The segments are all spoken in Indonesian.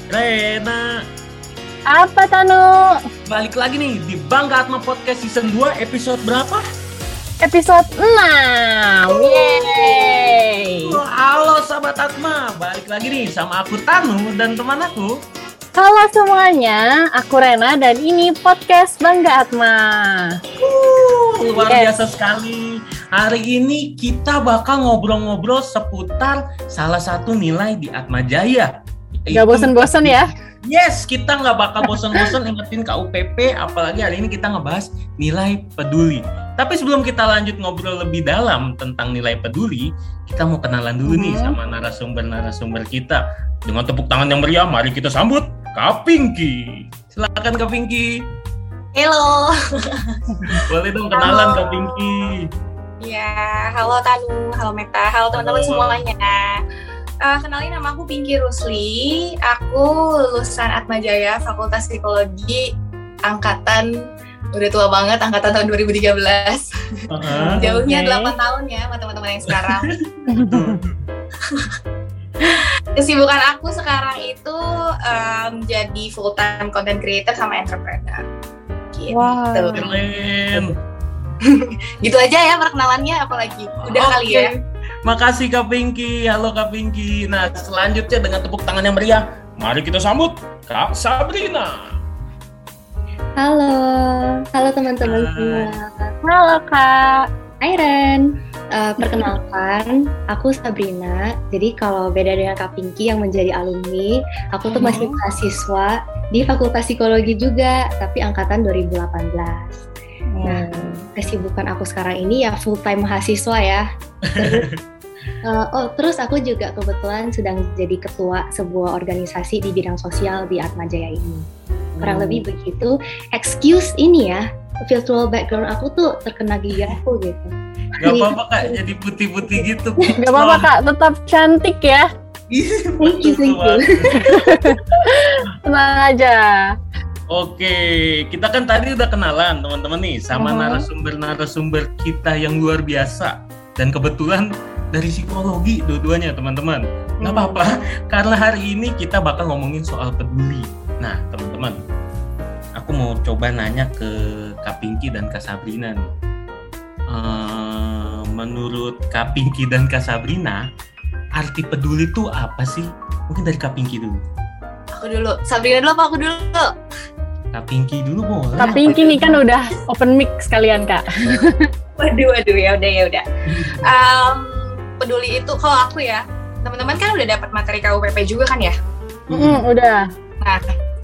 Rena, Apa Tanu? balik lagi nih di Bangga Atma Podcast Season 2 episode berapa? Episode 6. Yeay. Halo sahabat Atma, balik lagi nih sama aku Tanu dan teman aku. Halo semuanya, aku Rena dan ini podcast Bangga Atma. Luar biasa sekali. Hari ini kita bakal ngobrol-ngobrol seputar salah satu nilai di Atma Jaya. Gak bosen-bosen ya? Yes, kita nggak bakal bosan-bosan ingetin KUPP, apalagi hari ini kita ngebahas nilai peduli. Tapi sebelum kita lanjut ngobrol lebih dalam tentang nilai peduli, kita mau kenalan dulu nih sama narasumber-narasumber kita. Dengan tepuk tangan yang meriah, mari kita sambut Kak Pinky. Silakan Kak Pinky. Halo. Boleh dong kenalan Kak Pinky. Ya, halo Tanu, halo Meta, halo teman-teman semuanya. Kenalin, nama aku Pinky Rusli. Aku lulusan Atma Jaya, Fakultas Psikologi, angkatan udah tua banget, angkatan tahun 2013. Jauhnya 8 tahun ya sama teman-teman yang sekarang. Kesibukan aku sekarang itu jadi full time content creator sama entrepreneur. Gitu. Wow. Keren. Gitu aja ya perkenalannya, apalagi udah kali ya. Makasih Kak Pinky. Halo Kak Pinky. Nah, selanjutnya dengan tepuk tangan yang meriah, mari kita sambut Kak Sabrina. Halo teman-teman semua. Halo Kak. Hai Ren. Perkenalkan, aku Sabrina. Jadi kalau beda dengan Kak Pinky yang menjadi alumni, aku tuh masih mahasiswa di Fakultas Psikologi juga, tapi angkatan 2018. Nah, kesibukan aku sekarang ini ya full time mahasiswa ya. Terus aku juga kebetulan sedang jadi ketua sebuah organisasi di bidang sosial di Atma Jaya ini. Kurang lebih begitu. Excuse ini ya, virtual background aku tuh terkena gigi aku gitu. Gak apa-apa Kak, jadi putih-putih gitu. Gak apa-apa Kak, tetap cantik ya. Thank you. Tenang aja. Oke, kita kan tadi udah kenalan teman-teman nih sama narasumber-narasumber kita yang luar biasa. Dan kebetulan dari psikologi dua-duanya teman-teman. Gak apa-apa, karena hari ini kita bakal ngomongin soal peduli. Nah teman-teman, aku mau coba nanya ke Kak Pinky dan Kak Sabrina nih. Menurut Kak Pinky dan Kak Sabrina, arti peduli itu apa sih? Mungkin dari Kak Pinky dulu. Aku dulu, Sabrina dulu apa aku dulu? Kak Pinky dulu boleh. Kak Pinky nih kan udah open mic sekalian Kak. Waduh, ya udah. Peduli itu kalau aku ya, teman-teman kan udah dapat materi KUPP juga kan ya? Udah. Nah,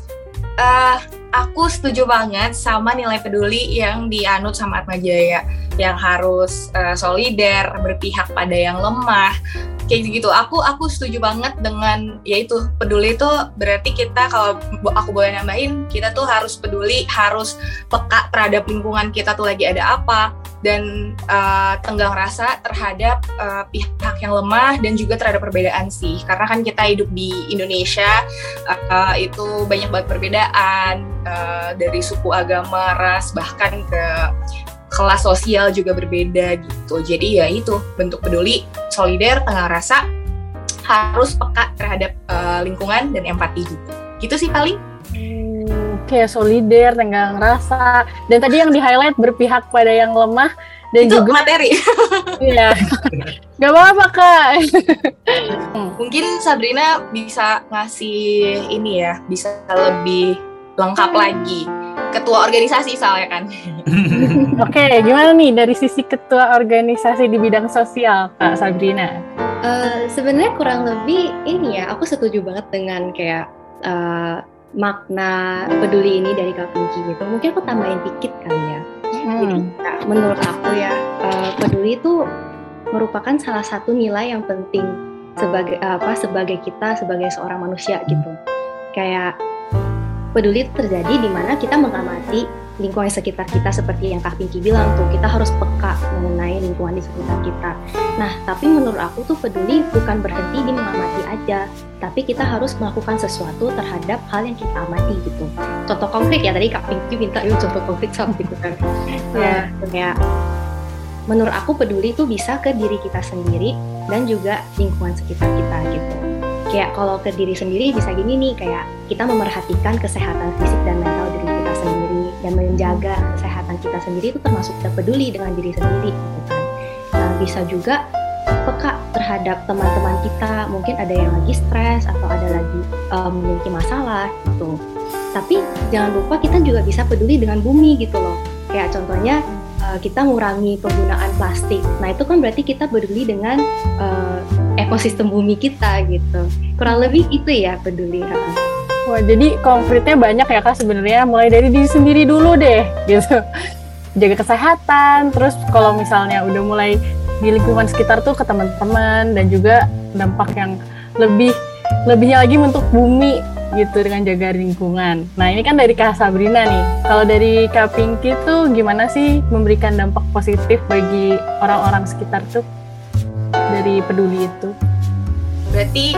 aku setuju banget sama nilai peduli yang dianut sama Atma Jaya, yang harus solider, berpihak pada yang lemah, kayak gitu. Aku setuju banget dengan yaitu peduli itu berarti kita, kalau aku boleh nambahin, kita tuh harus peduli, harus peka terhadap lingkungan kita tuh lagi ada apa, dan tenggang rasa terhadap pihak yang lemah dan juga terhadap perbedaan sih. Karena kan kita hidup di Indonesia, itu banyak banget perbedaan, dari suku, agama, ras, bahkan ke kelas sosial juga berbeda gitu. Jadi ya itu, bentuk peduli, solider, tenggang rasa, harus peka terhadap lingkungan dan empati juga. Gitu sih paling. Kayak solider, tenggang rasa, dan tadi yang di-highlight berpihak pada yang lemah, dan itu juga materi. Iya. Gak apa-apa Kak. Mungkin Sabrina bisa ngasih ini ya, bisa lebih lengkap lagi. Ketua organisasi soalnya kan. Oke, gimana nih dari sisi ketua organisasi di bidang sosial Kak Sabrina? Sebenarnya kurang lebih ini ya, aku setuju banget dengan kayak makna peduli ini dari Kak Pinky gitu. Mungkin aku tambahin dikit kali ya. Jadi menurut aku ya, peduli itu merupakan salah satu nilai yang penting sebagai kita sebagai seorang manusia gitu. Kayak peduli itu terjadi di mana kita mengamati lingkungan sekitar kita, seperti yang Kak Pinky bilang tuh, kita harus peka mengenai lingkungan di sekitar kita. Nah, tapi menurut aku tuh peduli bukan berhenti di mengamati aja, tapi kita harus melakukan sesuatu terhadap hal yang kita amati gitu. Contoh konkret ya, tadi Kak Pinky minta contoh konkret sama gitu kan. Kayak menurut aku peduli itu bisa ke diri kita sendiri dan juga lingkungan sekitar kita gitu. Kayak kalau ke diri sendiri bisa gini nih, kayak kita memerhatikan kesehatan fisik dan mental diri kita sendiri, dan menjaga kesehatan kita sendiri itu termasuk kita peduli dengan diri sendiri gitu kan. Nah, bisa juga peka terhadap teman-teman kita, mungkin ada yang lagi stres atau ada lagi memiliki masalah gitu. Tapi jangan lupa kita juga bisa peduli dengan bumi gitu loh. Kayak contohnya kita mengurangi penggunaan plastik. Nah itu kan berarti kita peduli dengan ekosistem bumi kita gitu. Kurang lebih itu ya peduli. Wah, jadi konkretnya banyak ya Kak sebenarnya, mulai dari diri sendiri dulu deh gitu. Jaga kesehatan, terus kalau misalnya udah mulai di lingkungan sekitar tuh ke teman-teman, dan juga dampak yang lebihnya lagi untuk bumi gitu dengan jaga lingkungan. Nah ini kan dari Kak Sabrina nih. Kalau dari Kak Pinky tuh gimana sih memberikan dampak positif bagi orang-orang sekitar tuh dari peduli itu? Berarti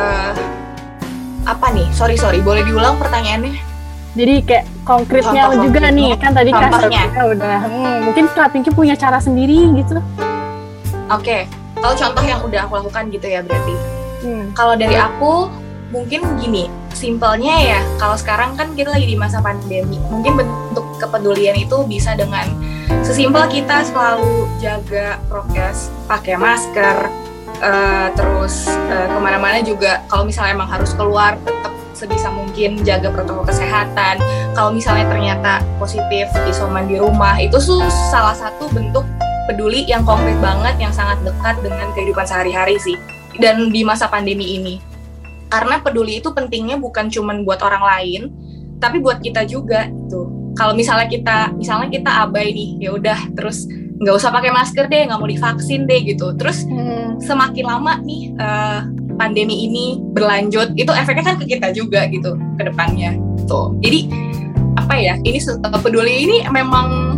apa nih? Sorry, boleh diulang pertanyaannya? Jadi kayak konkretnya juga nih, kan tadi Kak Sabrina udah, mungkin Kak Pinky punya cara sendiri gitu. Oke, kalau contoh yang udah aku lakukan gitu ya berarti. Kalau dari aku mungkin gini, simpelnya ya, kalau sekarang kan kita lagi di masa pandemi, mungkin bentuk kepedulian itu bisa dengan sesimpel kita selalu jaga prokes, pakai masker, terus kemana-mana juga kalau misalnya emang harus keluar tetap sebisa mungkin jaga protokol kesehatan. Kalau misalnya ternyata positif, isoman di rumah, itu salah satu bentuk peduli yang konkret banget, yang sangat dekat dengan kehidupan sehari-hari sih. Dan di masa pandemi ini, karena peduli itu pentingnya bukan cuma buat orang lain, tapi buat kita juga gitu. Kalau misalnya kita abai nih, ya udah terus nggak usah pakai masker deh, nggak mau divaksin deh gitu. Terus semakin lama nih pandemi ini berlanjut, itu efeknya kan ke kita juga gitu ke depannya. Tuh. Jadi apa ya? Ini peduli ini memang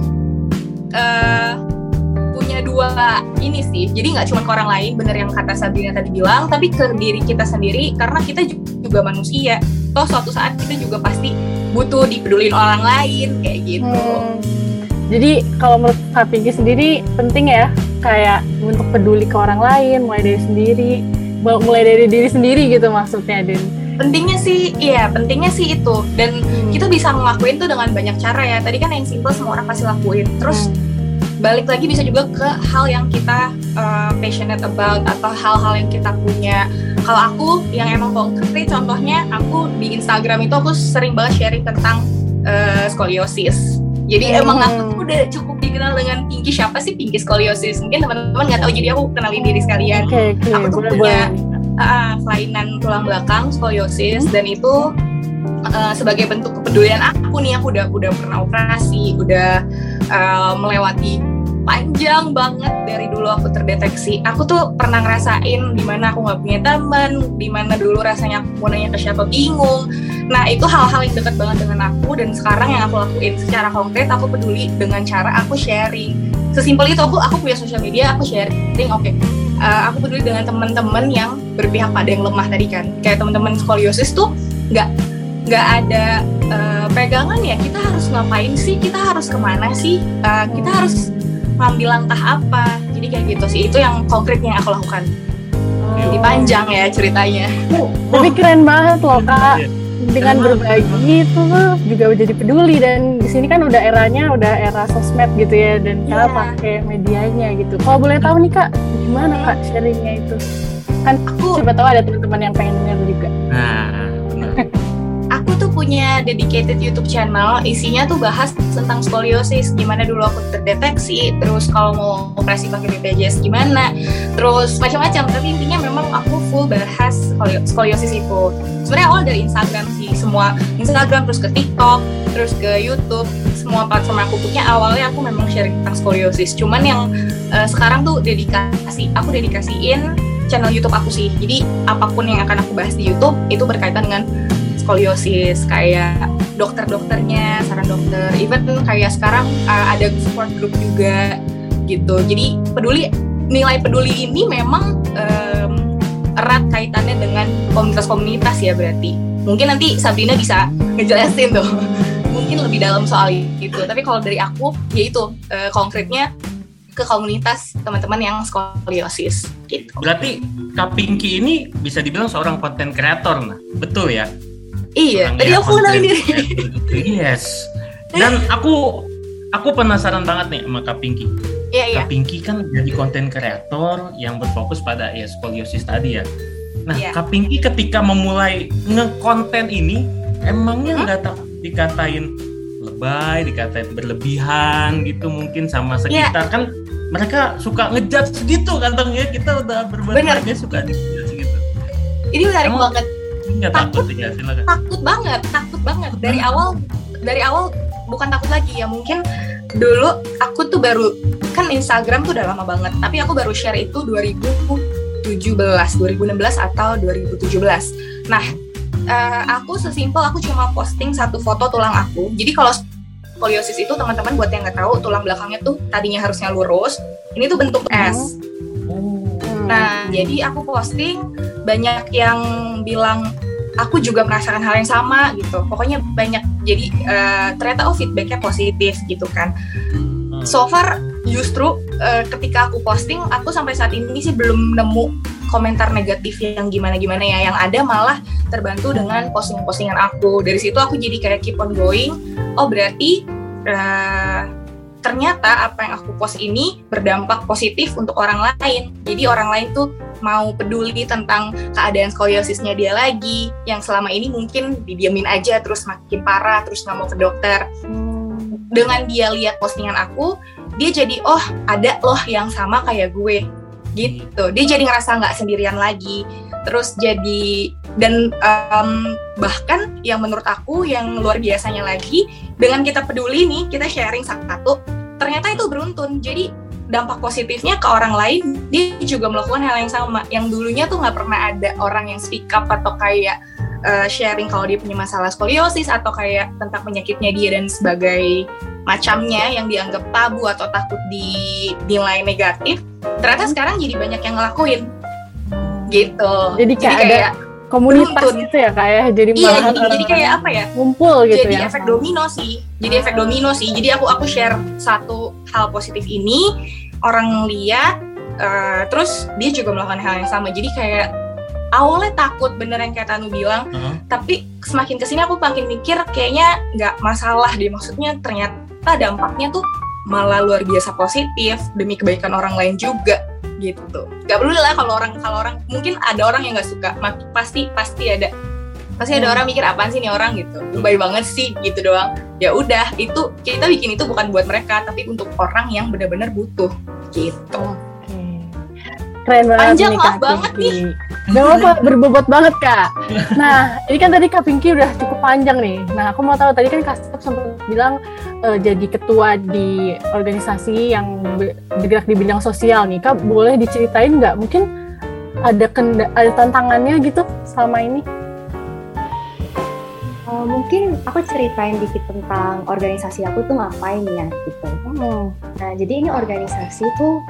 punya dua ini sih. Jadi nggak cuma ke orang lain, bener yang kata Sabrina tadi bilang, tapi ke diri kita sendiri, karena kita juga manusia. Toh suatu saat kita juga pasti butuh dipedulin orang lain kayak gitu. Jadi kalau menurut Kak Pinky sendiri penting ya kayak untuk peduli ke orang lain, mulai dari diri sendiri gitu maksudnya, Den. Pentingnya sih itu, dan kita bisa ngelakuin tuh dengan banyak cara ya. Tadi kan yang simple semua orang pasti lakuin. Terus balik lagi bisa juga ke hal yang kita passionate about, atau hal-hal yang kita punya. Kalau aku yang emang konkret, contohnya aku di Instagram itu aku sering banget sharing tentang skoliosis. Jadi emang aku udah cukup dikenal dengan Pinky. Siapa sih Pinky skoliosis? Mungkin teman-teman nggak tahu, jadi aku kenalin diri sekalian. Aku tuh punya kelainan tulang belakang skoliosis, dan itu sebagai bentuk kepedulian aku nih, aku udah pernah operasi, udah melewati panjang banget dari dulu aku terdeteksi. Aku tuh pernah ngerasain dimana aku nggak punya teman, dimana dulu rasanya aku mau nanya ke siapa bingung. Nah itu hal-hal yang dekat banget dengan aku, dan sekarang yang aku lakuin secara konkret, aku peduli dengan cara aku sharing. Sesimpel itu, aku punya sosial media, aku sharing. Aku peduli dengan teman-teman yang berpihak pada yang lemah tadi kan. Kayak teman-teman skoliosis tuh nggak ada pegangan ya, kita harus ngapain sih, kita harus kemana sih, kita harus ngambil langkah apa. Jadi kayak gitu sih, itu yang konkretnya yang aku lakukan. Jadi panjang ya ceritanya. Tapi keren banget loh Kak, dengan berbagi itu juga jadi peduli. Dan di sini kan udah era sosmed gitu ya, dan cara pakai medianya gitu. Kalau boleh tahu nih Kak, gimana Kak sharingnya itu? Kan siapa tahu ada teman-teman yang pengen dengar juga. Nah, benar. Aku tuh punya dedicated YouTube channel, isinya tuh bahas tentang skoliosis, gimana dulu aku terdeteksi, terus kalau mau operasi pakai BPJS gimana, terus macam-macam. Tapi intinya memang aku full bahas skoliosis itu. Sebenarnya awal dari Instagram sih, semua Instagram, terus ke TikTok, terus ke YouTube, semua platform aku punya awalnya aku memang sharing tentang skoliosis. Cuman yang sekarang tuh aku dedikasiin channel YouTube aku sih. Jadi apapun yang akan aku bahas di YouTube itu berkaitan dengan skoliosis, kayak dokter-dokternya, saran dokter, even kayak sekarang ada support group juga gitu. Jadi nilai peduli ini memang erat kaitannya dengan komunitas-komunitas ya berarti. Mungkin nanti Sabrina bisa ngejelasin tuh mungkin lebih dalam soal itu. Tapi kalau dari aku yaitu konkretnya ke komunitas teman-teman yang skoliosis gitu. Berarti Kak Pinky ini bisa dibilang seorang content creator, nah betul ya? Iya, Orangnya tadi aku kenalin diri. Yes. Dan aku penasaran banget nih sama Kak Pinky. Iya. Kak Pinky kan jadi content creator yang berfokus pada ya skoliosis tadi ya. Nah, Kak Pinky ketika memulai nge-konten ini, emangnya nggak takut dikatain lebay, dikatain berlebihan gitu mungkin sama sekitar kan? Mereka suka ngejudge gitu kantong ya, kita udah berbuat baik suka ngejudge gitu. Ini menarik banget. Nggak takut ya, silakan. Takut banget. Dari awal bukan takut lagi ya, mungkin dulu aku tuh baru, kan Instagram tuh udah lama banget, tapi aku baru share itu 2016 atau 2017. Nah, aku sesimpel aku cuma posting satu foto tulang aku. Jadi kalau skoliosis itu teman-teman buat yang nggak tahu, tulang belakangnya tuh tadinya harusnya lurus, ini tuh bentuk S. Nah, jadi aku posting, banyak yang bilang aku juga merasakan hal yang sama gitu. Pokoknya banyak, jadi ternyata feedbacknya positif gitu kan. So far justru ketika aku posting, aku sampai saat ini sih belum nemu komentar negatif yang gimana-gimana ya. Yang ada malah terbantu dengan posting-postingan aku. Dari situ aku jadi kayak keep on going. Oh berarti ternyata apa yang aku post ini berdampak positif untuk orang lain. Jadi orang lain tuh mau peduli tentang keadaan skoliosisnya dia lagi, yang selama ini mungkin didiamin aja terus makin parah, terus nggak mau ke dokter. Dengan dia lihat postingan aku, dia jadi oh ada loh yang sama kayak gue gitu. Dia jadi ngerasa nggak sendirian lagi. Terus jadi dan bahkan yang menurut aku yang luar biasanya lagi, dengan kita peduli nih, kita sharing satu, ternyata itu beruntun. Jadi dampak positifnya ke orang lain, dia juga melakukan hal yang sama. Yang dulunya tuh nggak pernah ada orang yang speak up atau kayak sharing kalau dia punya masalah skoliosis atau kayak tentang penyakitnya dia dan sebagai macamnya yang dianggap tabu atau takut dinilai negatif. Ternyata sekarang jadi banyak yang ngelakuin gitu. Jadi kayak ada komunitas beruntun gitu ya Kak ya. Jadi jadi kayak apa ya? Ngumpul gitu jadi ya. Efek domino sih. Jadi efek domino sih. Jadi aku share satu hal positif ini, orang lihat terus dia juga melakukan hal yang sama. Jadi kayak awalnya takut bener yang kayak Tanu bilang, tapi semakin kesini aku makin mikir kayaknya nggak masalah deh. Maksudnya ternyata dampaknya tuh malah luar biasa positif demi kebaikan orang lain juga gitu. Gak perlu lah kalau orang mungkin ada orang yang nggak suka, pasti ada orang mikir apaan sih nih orang gitu, baik banget sih gitu doang. Ya udah, itu kita bikin itu bukan buat mereka tapi untuk orang yang benar-benar butuh gitu. Keren banget. Panjang nih, maaf banget nih. Gak apa-apa, berbobot banget Kak. Nah, ini kan tadi Kak Pinky udah cukup panjang nih. Nah, aku mau tahu tadi kan Kak Step sempat bilang jadi ketua di organisasi yang bergerak di bidang sosial nih. Kak, boleh diceritain nggak? Mungkin ada tantangannya gitu selama ini? Mungkin aku ceritain dikit tentang organisasi aku tuh ngapain ya gitu. Nah, jadi ini organisasi tuh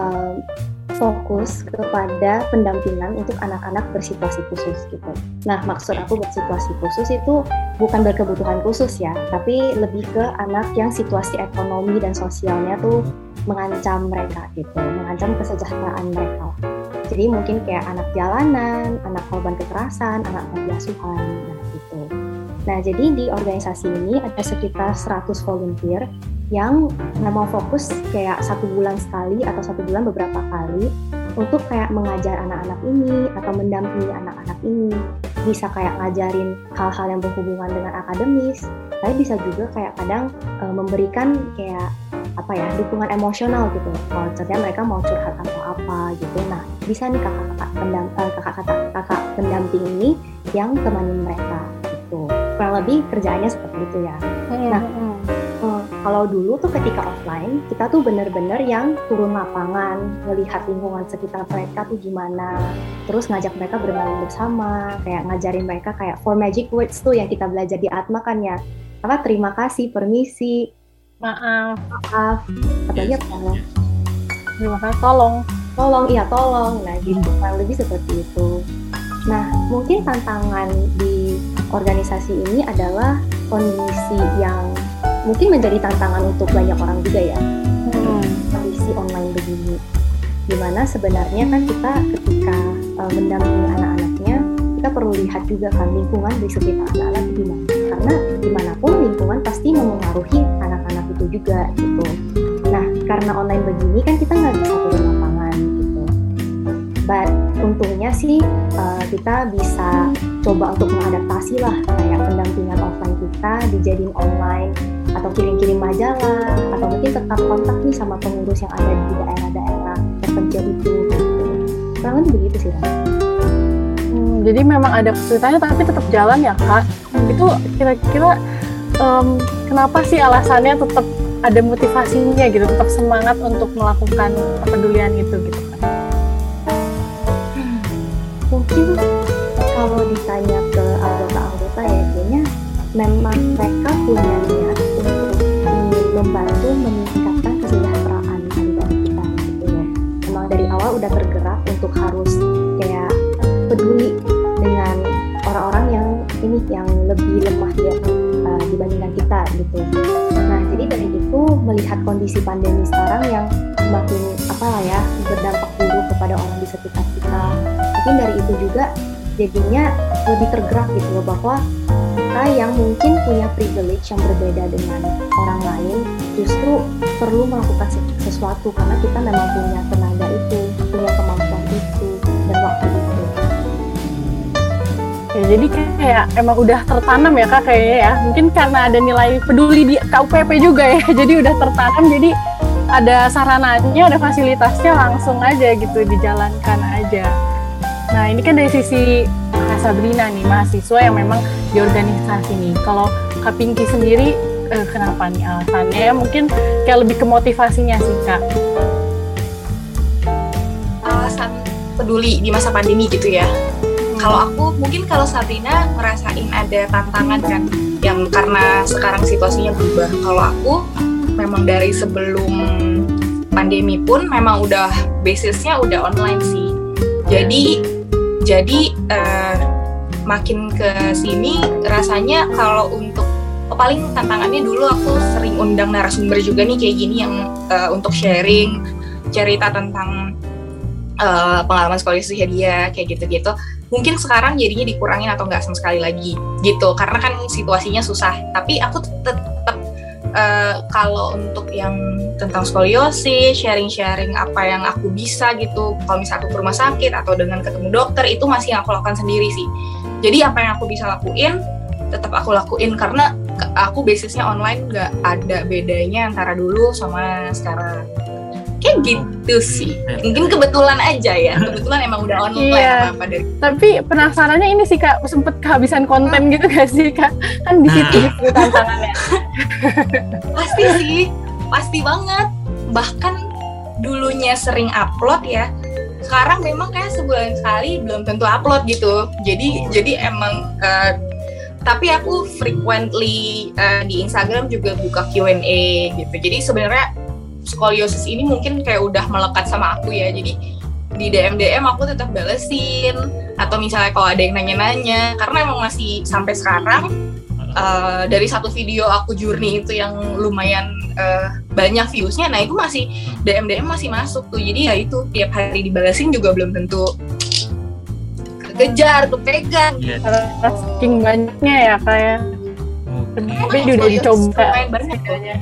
fokus kepada pendampingan untuk anak-anak bersituasi khusus gitu. Nah, maksud aku bersituasi khusus itu bukan berkebutuhan khusus ya, tapi lebih ke anak yang situasi ekonomi dan sosialnya tuh mengancam mereka gitu, mengancam kesejahteraan mereka. Jadi mungkin kayak anak jalanan, anak korban kekerasan, anak panti asuhan, gitu. Nah, jadi di organisasi ini ada sekitar 100 volunteer yang memang fokus kayak 1 bulan sekali atau 1 bulan beberapa kali untuk kayak mengajar anak-anak ini atau mendampingi anak-anak ini. Bisa kayak ngajarin hal-hal yang berhubungan dengan akademis, tapi bisa juga kayak kadang memberikan kayak apa ya, dukungan emosional gitu. Kalau misalnya mereka mau curhat atau apa gitu. Nah, bisa nih kakak pendamping ini yang temenin mereka gitu. Kurang lebih kerjaannya seperti itu ya. Nah, kalau dulu tuh ketika offline, kita tuh bener-bener yang turun lapangan, melihat lingkungan sekitar mereka tuh gimana, terus ngajak mereka bermain bersama, kayak ngajarin mereka kayak 4 magic words tuh yang kita belajar di Atma kan ya, apa terima kasih, permisi, maaf, apa lagi tolong, terima kasih, tolong, nah gitu, kurang lebih seperti itu. Nah, mungkin tantangan di organisasi ini adalah kondisi yang mungkin menjadi tantangan untuk banyak orang juga ya, kondisi online begini, dimana sebenarnya kan kita ketika mendampingi anak-anaknya, kita perlu lihat juga kan lingkungan di sekitar anak-anak itu gimana. Karena dimanapun lingkungan pasti memengaruhi anak-anak itu juga gitu. Nah, karena online begini kan kita nggak bisa turun lapangan gitu. But untungnya sih kita bisa coba untuk mengadaptasi lah, kayak pendampingan offline kita dijadiin online, atau kirim-kirim majalah, atau mungkin tetap kontak nih sama pengurus yang ada di daerah-daerah terpencil itu gitu. Kurang lebih begitu sih, Ran. Jadi memang ada kesulitannya tapi tetap jalan ya Kak. Itu kira-kira kenapa sih alasannya tetap ada motivasinya gitu, tetap semangat untuk melakukan kepedulian itu gitu kan? Mungkin kalau ditanya ke anggota-anggota ya, kayaknya memang mereka punya niat untuk ingin membantu meningkatkan kesejahteraan adik-adik kita gitu ya. Memang dari awal udah tergerak untuk harus kayak peduli dengan orang-orang yang lebih lemah ya dibandingkan kita gitu. Nah, jadi dari itu melihat kondisi pandemi sekarang yang semakin berdampak buruk kepada orang di sekitar kita, mungkin dari itu juga jadinya lebih tergerak gitu loh, bahwa kita yang mungkin punya privilege yang berbeda dengan orang lain justru perlu melakukan sesuatu karena kita memang punya tenaga itu, punya kemampuan itu dan waktu itu. Ya, jadi kayak emang udah tertanam ya Kak kayaknya ya. Mungkin karena ada nilai peduli di KUPP juga ya. Jadi udah tertanam, jadi ada sarananya, ada fasilitasnya, langsung aja gitu dijalankan aja. Nah ini kan dari sisi Kak Sabrina nih, mahasiswa yang memang di organisasi nih. Kalau Kak Pinky sendiri kenapa nih alasannya? Mungkin kayak lebih ke motivasinya sih Kak. Alasan peduli di masa pandemi gitu ya. Kalau aku mungkin kalau Sabrina ngerasain ada tantangan kan, yang karena sekarang situasinya berubah. Kalau aku memang dari sebelum pandemi pun memang udah basisnya udah online sih. Jadi makin ke sini rasanya kalau untuk paling tantangannya dulu aku sering undang narasumber juga nih kayak gini yang untuk sharing cerita tentang pengalaman sekolah dia kayak gitu-gitu. Mungkin sekarang jadinya dikurangin atau nggak sama sekali lagi gitu, karena kan situasinya susah. Tapi aku tetap kalau untuk yang tentang skoliosis, sharing-sharing apa yang aku bisa gitu, kalau misalnya aku ke rumah sakit atau dengan ketemu dokter, itu masih yang aku lakukan sendiri sih. Jadi apa yang aku bisa lakuin, tetap aku lakuin, karena aku basisnya online, nggak ada bedanya antara dulu sama sekarang. Kayak gitu sih. Mungkin kebetulan aja ya. Kebetulan emang udah online apa-apa dari. Tapi penasarannya ini sih Kak, sempet kehabisan konten gitu gak sih Kak? Kan di situ gitu tantangannya. Pasti sih. Pasti banget. Bahkan dulunya sering upload ya. Sekarang memang kayak sebulan sekali belum tentu upload gitu. Jadi emang tapi aku frequently di Instagram juga buka Q&A gitu. Jadi sebenarnya skoliosis ini mungkin kayak udah melekat sama aku ya, jadi di DM aku tetap balesin, atau misalnya kalau ada yang nanya-nanya, karena emang masih sampai sekarang dari satu video aku journey itu yang lumayan banyak viewsnya, nah itu masih DM masih masuk tuh, jadi ya itu tiap hari dibalesin juga belum tentu kejar tuh pegang. Saking banyaknya ya kayak, tapi udah dicoba banyak ya.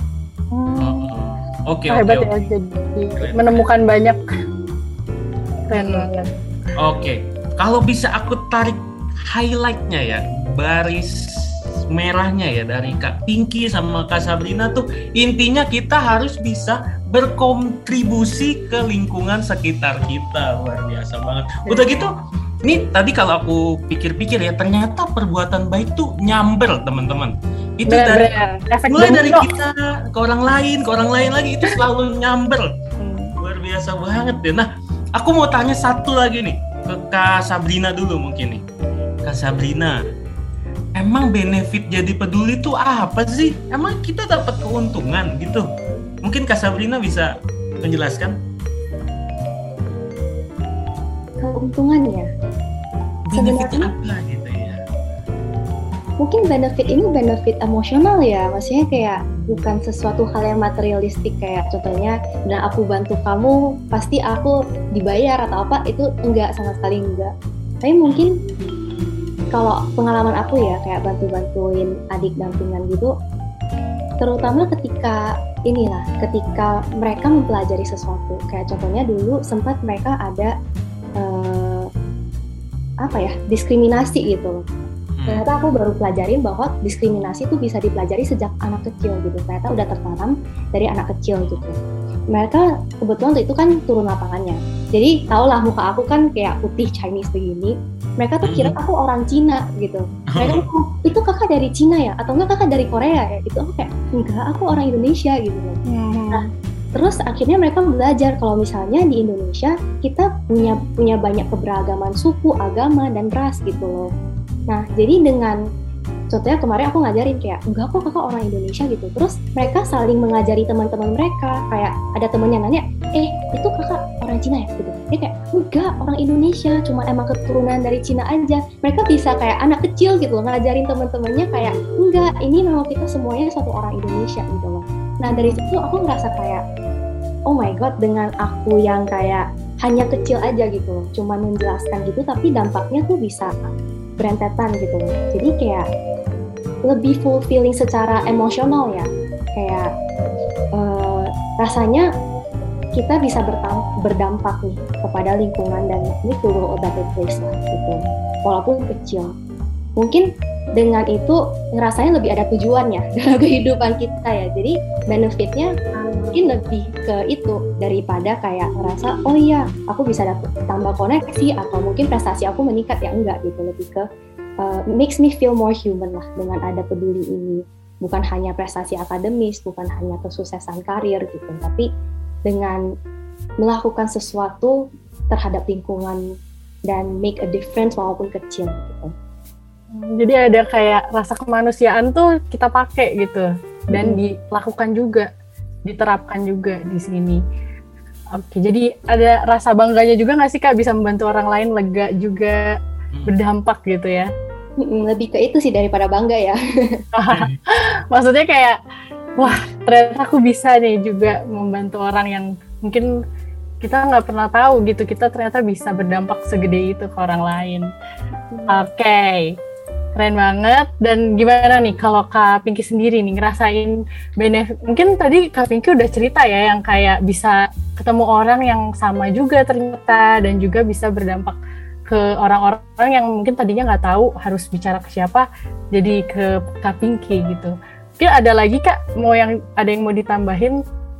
Oke. Hebat ya, jadi menemukan banyak. Keren banget. Oke, kalau bisa aku tarik highlightnya ya, baris merahnya ya dari Kak Pinky sama Kak Sabrina tuh, intinya kita harus bisa berkontribusi ke lingkungan sekitar kita. Luar biasa banget. Udah gitu, ini tadi kalau aku pikir-pikir ya, ternyata perbuatan baik tuh nyamber teman-teman. Itu mulai dari kita ke orang lain lagi, itu selalu nyamber. Luar biasa banget deh. Nah, aku mau tanya satu lagi nih ke Kak Sabrina dulu mungkin nih. Kak Sabrina, emang benefit jadi peduli itu apa sih? Emang kita dapat keuntungan gitu? Mungkin Kak Sabrina bisa menjelaskan? Keuntungannya? Benefitnya apa gitu ya? mungkin benefit ini benefit emosional ya, maksudnya kayak bukan sesuatu hal yang materialistik kayak contohnya, dan aku bantu kamu pasti aku dibayar atau apa, itu enggak, sama sekali enggak. Tapi mungkin kalau pengalaman aku ya kayak bantuin adik dampingan gitu, terutama ketika mereka mempelajari sesuatu, kayak contohnya dulu sempat mereka ada diskriminasi gitu. Ternyata aku baru pelajarin bahwa diskriminasi itu bisa dipelajari sejak anak kecil gitu. Ternyata udah tertanam dari anak kecil gitu. Mereka kebetulan itu kan turun lapangannya. Jadi tahulah muka aku kan kayak putih Chinese begini. Mereka tuh kira aku orang Cina gitu. Mereka tuh, itu kakak dari Cina ya? Atau enggak kakak dari Korea ya? Itu aku kayak, enggak, aku orang Indonesia gitu. Nah, terus akhirnya mereka belajar kalau misalnya di Indonesia kita punya banyak keberagaman suku, agama, dan ras gitu loh. Nah, jadi dengan contohnya kemarin aku ngajarin kayak, enggak kok kakak orang Indonesia gitu. Terus mereka saling mengajari teman-teman mereka. Kayak ada temennya nanya, itu kakak orang Cina ya? Gitu. Dia kayak, enggak, orang Indonesia, cuma emang keturunan dari Cina aja. Mereka bisa kayak anak kecil gitu loh, ngajarin teman-temannya kayak, enggak, ini memang kita semuanya satu orang Indonesia gitu loh. Nah, dari situ aku ngerasa kayak, oh my god, dengan aku yang kayak hanya kecil aja gitu loh, cuma menjelaskan gitu, tapi dampaknya tuh bisa berentetan gitu loh. Jadi kayak lebih fulfilling secara emosional ya. Kayak rasanya kita bisa berdampak nih kepada lingkungan dan make the world a better place lah gitu. Walaupun kecil. Mungkin dengan itu ngerasanya lebih ada tujuannya dalam kehidupan kita ya. Jadi benefitnya mungkin lebih ke itu daripada kayak ngerasa oh iya aku bisa tambah koneksi atau mungkin prestasi aku meningkat, ya enggak gitu. Lebih ke makes me feel more human lah dengan ada peduli ini. Bukan hanya prestasi akademis, bukan hanya kesuksesan karir gitu, tapi dengan melakukan sesuatu terhadap lingkungan dan make a difference walaupun kecil gitu. Jadi ada kayak rasa kemanusiaan tuh kita pakai gitu dan dilakukan juga, diterapkan juga di sini. Oke, jadi ada rasa bangganya juga nggak sih Kak bisa membantu orang lain, lega juga, berdampak gitu ya? Lebih ke itu sih daripada bangga ya. Maksudnya kayak, wah ternyata aku bisa nih juga membantu orang yang mungkin kita nggak pernah tahu gitu, kita ternyata bisa berdampak segede itu ke orang lain. Oke. Keren banget. Dan gimana nih kalau Kak Pinky sendiri nih ngerasain benefit? Mungkin tadi Kak Pinky udah cerita ya yang kayak bisa ketemu orang yang sama juga ternyata dan juga bisa berdampak ke orang-orang yang mungkin tadinya nggak tahu harus bicara ke siapa, jadi ke Kak Pinky gitu. Mungkin ada lagi Kak, ada yang mau ditambahin?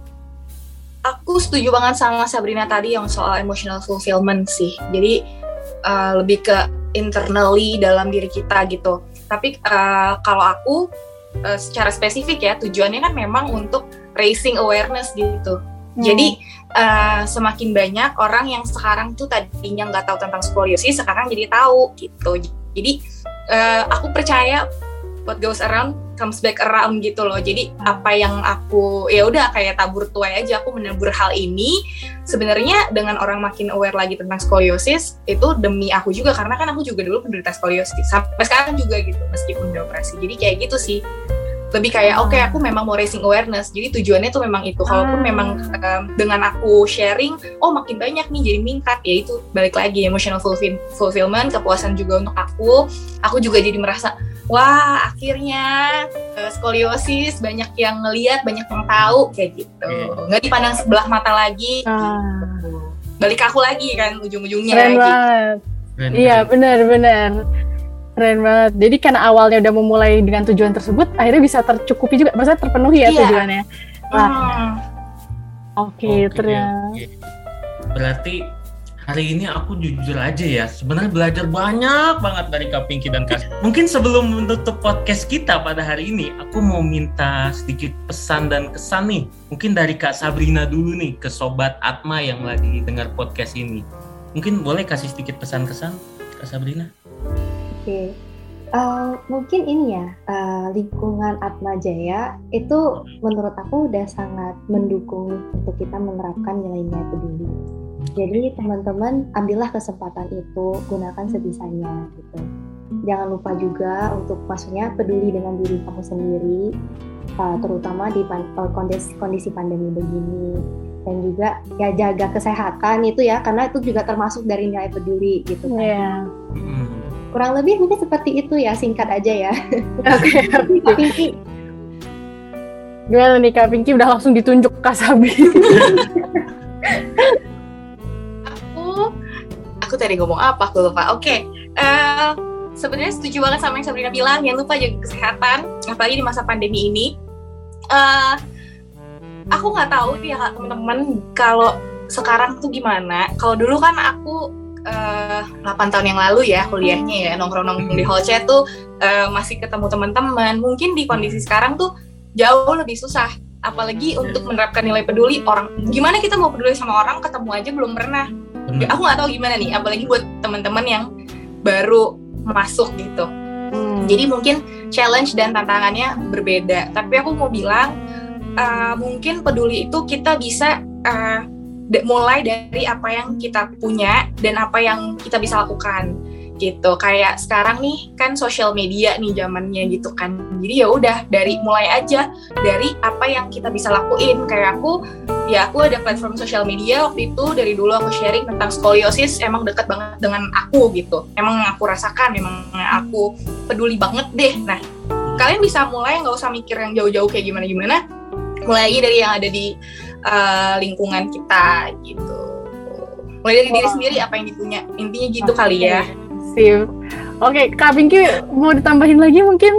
Aku setuju banget sama Sabrina tadi yang soal emotional fulfillment sih. Jadi lebih ke internally dalam diri kita gitu. Tapi kalau aku secara spesifik ya, tujuannya kan memang untuk raising awareness gitu. Jadi semakin banyak orang yang sekarang tuh tadinya nggak tahu tentang skoliosis, sekarang jadi tahu gitu. Jadi aku percaya what goes around comes back around gitu loh. Jadi apa yang aku ya udah kayak tabur tuai aja, aku menabur hal ini. Sebenarnya dengan orang makin aware lagi tentang skoliosis itu demi aku juga, karena kan aku juga dulu penderita skoliosis sampai sekarang juga gitu meskipun udah operasi. Jadi kayak gitu sih. Lebih kayak oke, aku memang mau raising awareness. Jadi tujuannya tuh memang itu. Kalaupun memang dengan aku sharing, oh makin banyak nih jadi meningkat, ya itu balik lagi emotional fulfillment, kepuasan juga untuk aku. Aku juga jadi merasa wah akhirnya skoliosis banyak yang ngelihat, banyak yang tahu kayak gitu. Nggak dipandang sebelah mata lagi. Gitu. Balik aku lagi kan ujung-ujungnya. Keren banget. Iya benar-benar. Keren banget. Jadi karena awalnya udah memulai dengan tujuan tersebut, akhirnya bisa tercukupi juga, maksudnya terpenuhi ya tujuannya. Oke, ternyata. Berarti hari ini aku jujur aja ya, sebenarnya belajar banyak banget dari Kak Pinky dan Kak. Mungkin sebelum menutup podcast kita pada hari ini, aku mau minta sedikit pesan dan kesan nih. Mungkin dari Kak Sabrina dulu nih, ke Sobat Atma yang lagi dengar podcast ini. Mungkin boleh kasih sedikit pesan-kesan, Kak Sabrina? Oke. Mungkin ini ya, lingkungan Atma Jaya itu menurut aku udah sangat mendukung untuk kita menerapkan nilai-nilai peduli. Jadi teman-teman ambillah kesempatan itu, gunakan sebisanya gitu. jangan lupa juga untuk maksudnya peduli dengan diri kamu sendiri, terutama di kondisi pandemi begini. Dan juga ya jaga kesehatan itu ya, karena itu juga termasuk dari nilai peduli gitu kan. Iya. Kurang lebih mungkin seperti itu ya, singkat aja ya. Oke. Kak Pinky. Gimana nih Kak Pinky, udah langsung ditunjuk Kak Sabi. Aku tadi ngomong apa? Aku lupa. Oke. Sebenarnya setuju banget sama yang Sabrina bilang, jangan lupa jaga kesehatan, apalagi di masa pandemi ini. Aku nggak tahu nih ya teman-teman, kalau sekarang tuh gimana. Kalau dulu kan aku 8 tahun yang lalu ya kuliahnya ya, nongkrong-nongkrong di hall chat tuh masih ketemu teman-teman. Mungkin di kondisi sekarang tuh jauh lebih susah, apalagi untuk menerapkan nilai peduli. Orang gimana kita mau peduli sama orang, ketemu aja belum pernah. Aku nggak tahu gimana nih, apalagi buat teman-teman yang baru masuk gitu. Jadi mungkin challenge dan tantangannya berbeda. Tapi aku mau bilang, mungkin peduli itu kita bisa mulai dari apa yang kita punya dan apa yang kita bisa lakukan gitu. Kayak sekarang nih kan sosial media nih zamannya gitu kan. Jadi ya udah mulai aja dari apa yang kita bisa lakuin. Kayak aku ada platform sosial media waktu itu, dari dulu aku sharing tentang skoliosis, emang dekat banget dengan aku gitu. Emang aku rasakan, emang aku peduli banget deh. Nah, kalian bisa mulai, nggak usah mikir yang jauh-jauh kayak gimana-gimana. Mulai lagi dari yang ada di lingkungan kita gitu. Mulai dari diri sendiri, apa yang dipunya. Intinya gitu kali ya. Sip. Oke, Kak Pinky mau ditambahin lagi mungkin?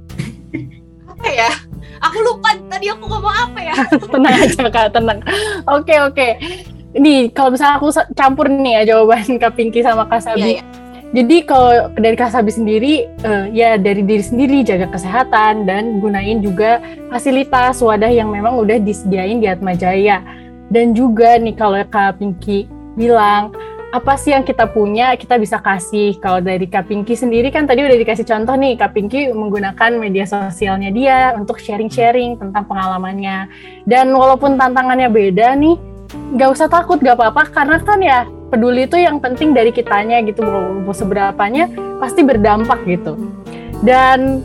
Apa ya? Aku lupa tadi aku ngomong apa ya. Tenang aja Kak, tenang. Oke. Nih, kalau misalnya aku campur nih ya jawaban Kak Pinky sama Kak Sabi. Iya. Jadi kalau dari Kak Sabi sendiri, ya dari diri sendiri, jaga kesehatan dan gunain juga fasilitas wadah yang memang udah disediain di Atmajaya. Dan juga nih kalau Kak Pinky bilang, apa sih yang kita punya, kita bisa kasih. Kalau dari Kak Pinky sendiri kan tadi udah dikasih contoh nih, Kak Pinky menggunakan media sosialnya dia untuk sharing-sharing tentang pengalamannya. Dan walaupun tantangannya beda nih, nggak usah takut, nggak apa-apa, karena kan ya peduli itu yang penting dari kitanya gitu, mau seberapanya pasti berdampak gitu. Dan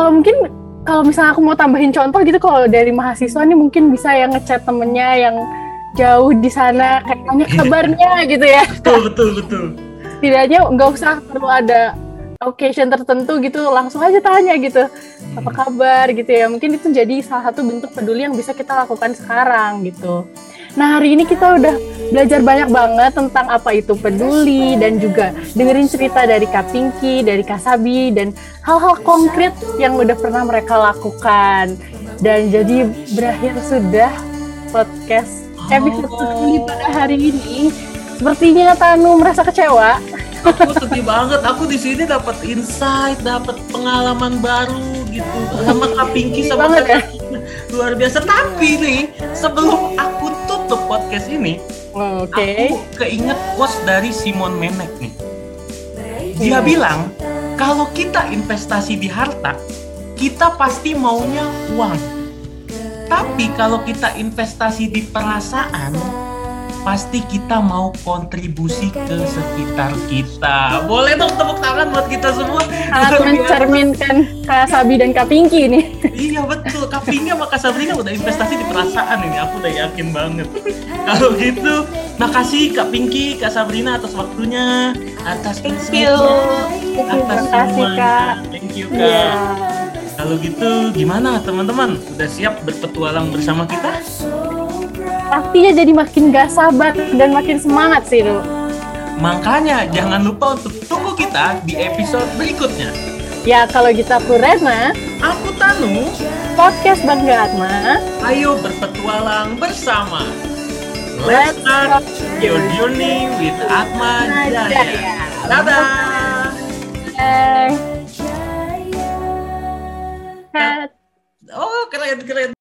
kalau misalnya aku mau tambahin contoh gitu, kalau dari mahasiswa nih mungkin bisa yang ngechat temennya yang jauh di sana, kayak tanya kabarnya gitu ya. Betul. Setidaknya nggak usah perlu ada occasion tertentu gitu, langsung aja tanya gitu, apa kabar gitu ya. Mungkin itu jadi salah satu bentuk peduli yang bisa kita lakukan sekarang gitu. Nah, hari ini kita udah belajar banyak banget tentang apa itu peduli, dan juga dengerin cerita dari Kak Pinky, dari Kak Sabi, dan hal-hal konkret yang udah pernah mereka lakukan. Dan jadi berakhir sudah podcast episode peduli pada hari ini. Sepertinya Tanu merasa kecewa. Aku sedih banget. Aku di sini dapat insight, dapat pengalaman baru gitu sama Kak Pinky, sama Kak Sabi. Luar biasa. Tapi nih, sebelum aku tutup podcast ini, aku keinget quotes dari Simon Sinek nih. Dia bilang, kalau kita investasi di harta, kita pasti maunya uang. Tapi kalau kita investasi di perasaan, pasti kita mau kontribusi ke sekitar kita. Boleh dong tepuk tangan buat kita semua. Sangat mencerminkan Kak Sabi dan Kak Pinky nih. Iya betul, Kak Pinky sama Kak Sabrina udah investasi di perasaan ini, aku udah yakin banget. Kalau gitu, makasih Kak Pinky, Kak Sabrina atas waktunya, atas insight-nya, atas semuanya. Thank you Kak. Yeah. Kalau gitu gimana teman-teman? Udah siap berpetualang bersama kita? Pastinya jadi makin gak sabar dan makin semangat sih, Ru. Makanya jangan lupa untuk tunggu kita di episode berikutnya. Ya, kalau gitu aku Retna, aku Tanu, podcast Bangga Atma. Ayo berpetualang bersama. Let's start your journey with Atma Jaya. Dadah. Bye. Oh, keren.